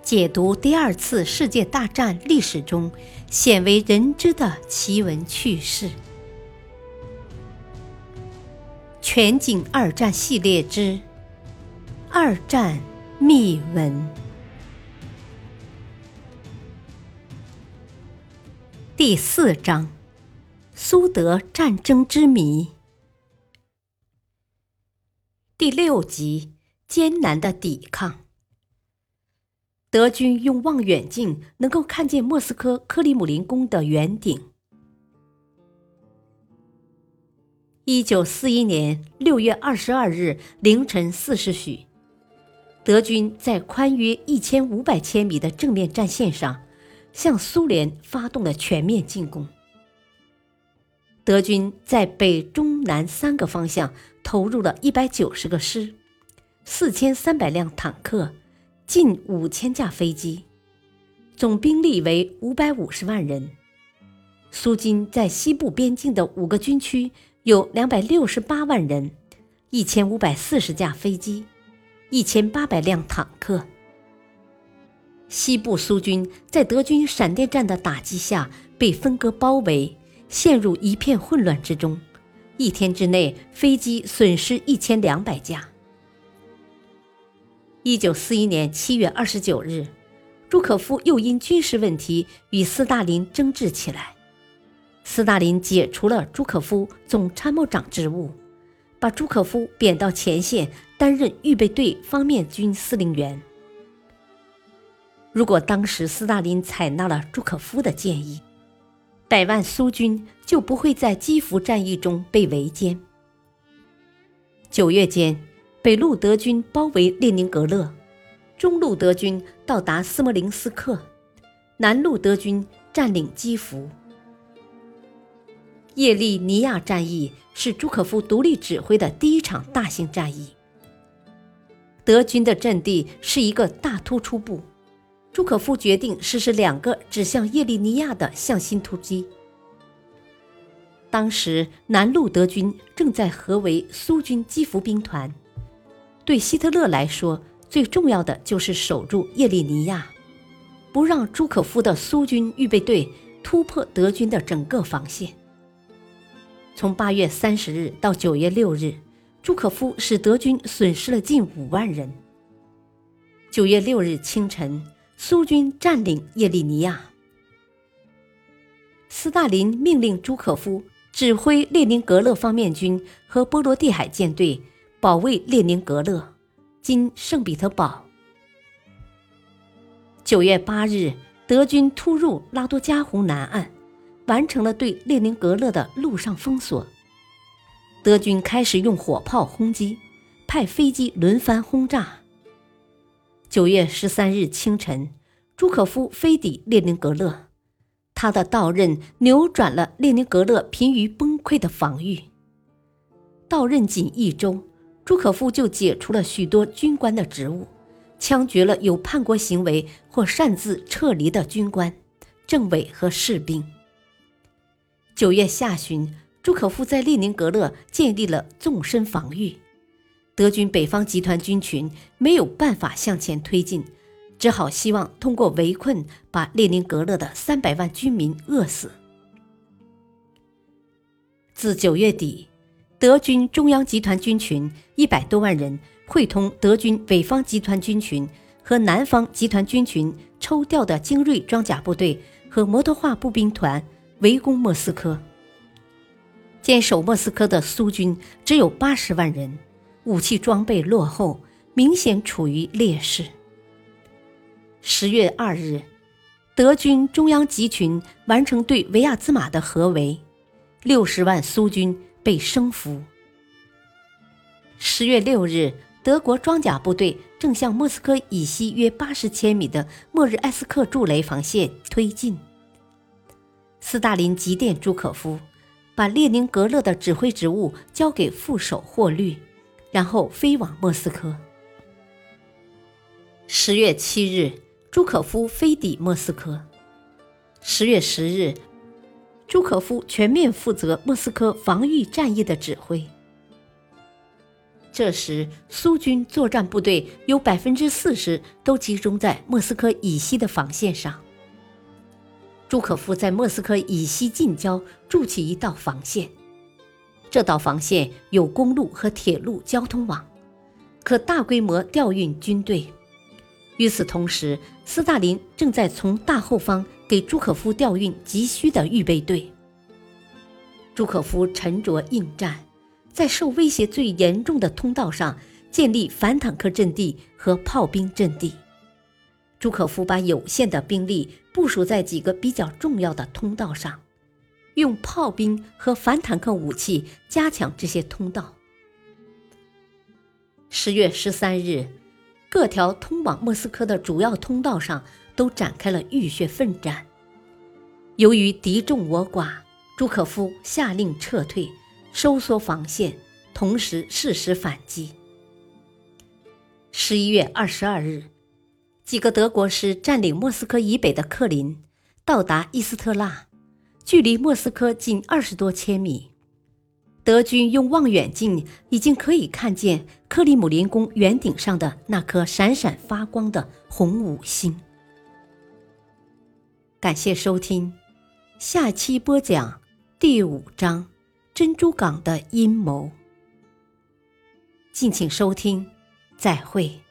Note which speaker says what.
Speaker 1: 解读第二次世界大战历史中鲜为人知的奇闻趣事。全景二战系列之二战秘闻第4章：苏德战争之谜。第6集：艰难的抵抗。德军用望远镜能够看见莫斯科克里姆林宫的圆顶。1941年6月22日凌晨4时许，德军在宽约1500千米的正面战线上，向苏联发动了全面进攻。德军在北、中、南3个方向投入了190个师、4300辆坦克、近5000架飞机，总兵力为550万人。苏军在西部边境的5个军区有268万人、1540架飞机、1800辆坦克。西部苏军在德军闪电战的打击下被分割包围，陷入一片混乱之中。1天之内，飞机损失1200架。1941年7月29日，朱可夫又因军事问题与斯大林争执起来。斯大林解除了朱可夫总参谋长职务，把朱可夫贬到前线担任预备队方面军司令员。如果当时斯大林采纳了朱可夫的建议，100万苏军就不会在基辅战役中被围歼。9月间，北路德军包围列宁格勒，中路德军到达斯摩棱斯克，南路德军占领基辅。叶利尼亚战役是朱可夫独立指挥的第一场大型战役。德军的阵地是一个大突出部，朱可夫决定实施2个指向叶利尼亚的向心突击。当时南路德军正在合围苏军基辅兵团，对希特勒来说，最重要的就是守住叶利尼亚，不让朱可夫的苏军预备队突破德军的整个防线。从8月30日到9月6日，朱可夫使德军损失了近5万人。9月6日清晨，苏军占领叶利尼亚。斯大林命令朱可夫指挥列宁格勒方面军和波罗的海舰队保卫列宁格勒，今圣彼得堡。9月8日，德军突入拉多加湖南岸，完成了对列宁格勒的陆上封锁。德军开始用火炮轰击，派飞机轮番轰炸。9月13日清晨，朱可夫飞抵列宁格勒，他的到任扭转了列宁格勒濒于崩溃的防御。到任仅1周，朱可夫就解除了许多军官的职务，枪决了有叛国行为或擅自撤离的军官、政委和士兵。9月下旬，朱可夫在列宁格勒建立了纵深防御，德军北方集团军群没有办法向前推进，只好希望通过围困把列宁格勒的300万军民饿死。自9月底，德军中央集团军群100多万人会同德军北方集团军群和南方集团军群抽调的精锐装甲部队和摩托化步兵团围攻莫斯科。坚守莫斯科的苏军只有80万人，武器装备落后，明显处于劣势。10月2日，德军中央集群完成对维亚兹马的合围，60万苏军被生俘。10月6日，德国装甲部队正向莫斯科以西约80千米的莫日埃斯克筑雷防线推进。斯大林急电朱可夫，把列宁格勒的指挥职务交给副手霍律，然后飞往莫斯科。10月7日，朱可夫飞抵莫斯科。10月10日，朱可夫全面负责莫斯科防御战役的指挥。 这时，苏军作战部队有40%都集中在莫斯科以西的防线上。朱可夫在莫斯科以西近郊筑起一道防线，这道防线有公路和铁路交通网，可大规模调运军队。与此同时，斯大林正在从大后方给朱可夫调运急需的预备队。朱可夫沉着应战，在受威胁最严重的通道上建立反坦克阵地和炮兵阵地。朱可夫把有限的兵力部署在几个比较重要的通道上，用炮兵和反坦克武器加强这些通道。10月13日，各条通往莫斯科的主要通道上都展开了浴血奋战。由于敌众我寡，朱可夫下令撤退，收缩防线，同时适时反击。11月22日，几个德国师占领莫斯科以北的克林，到达伊斯特拉，距离莫斯科仅20多千米。德军用望远镜已经可以看见克里姆林宫圆顶上的那颗闪闪发光的红五星。感谢收听，下期播讲第5章珍珠港的阴谋。敬请收听，再会。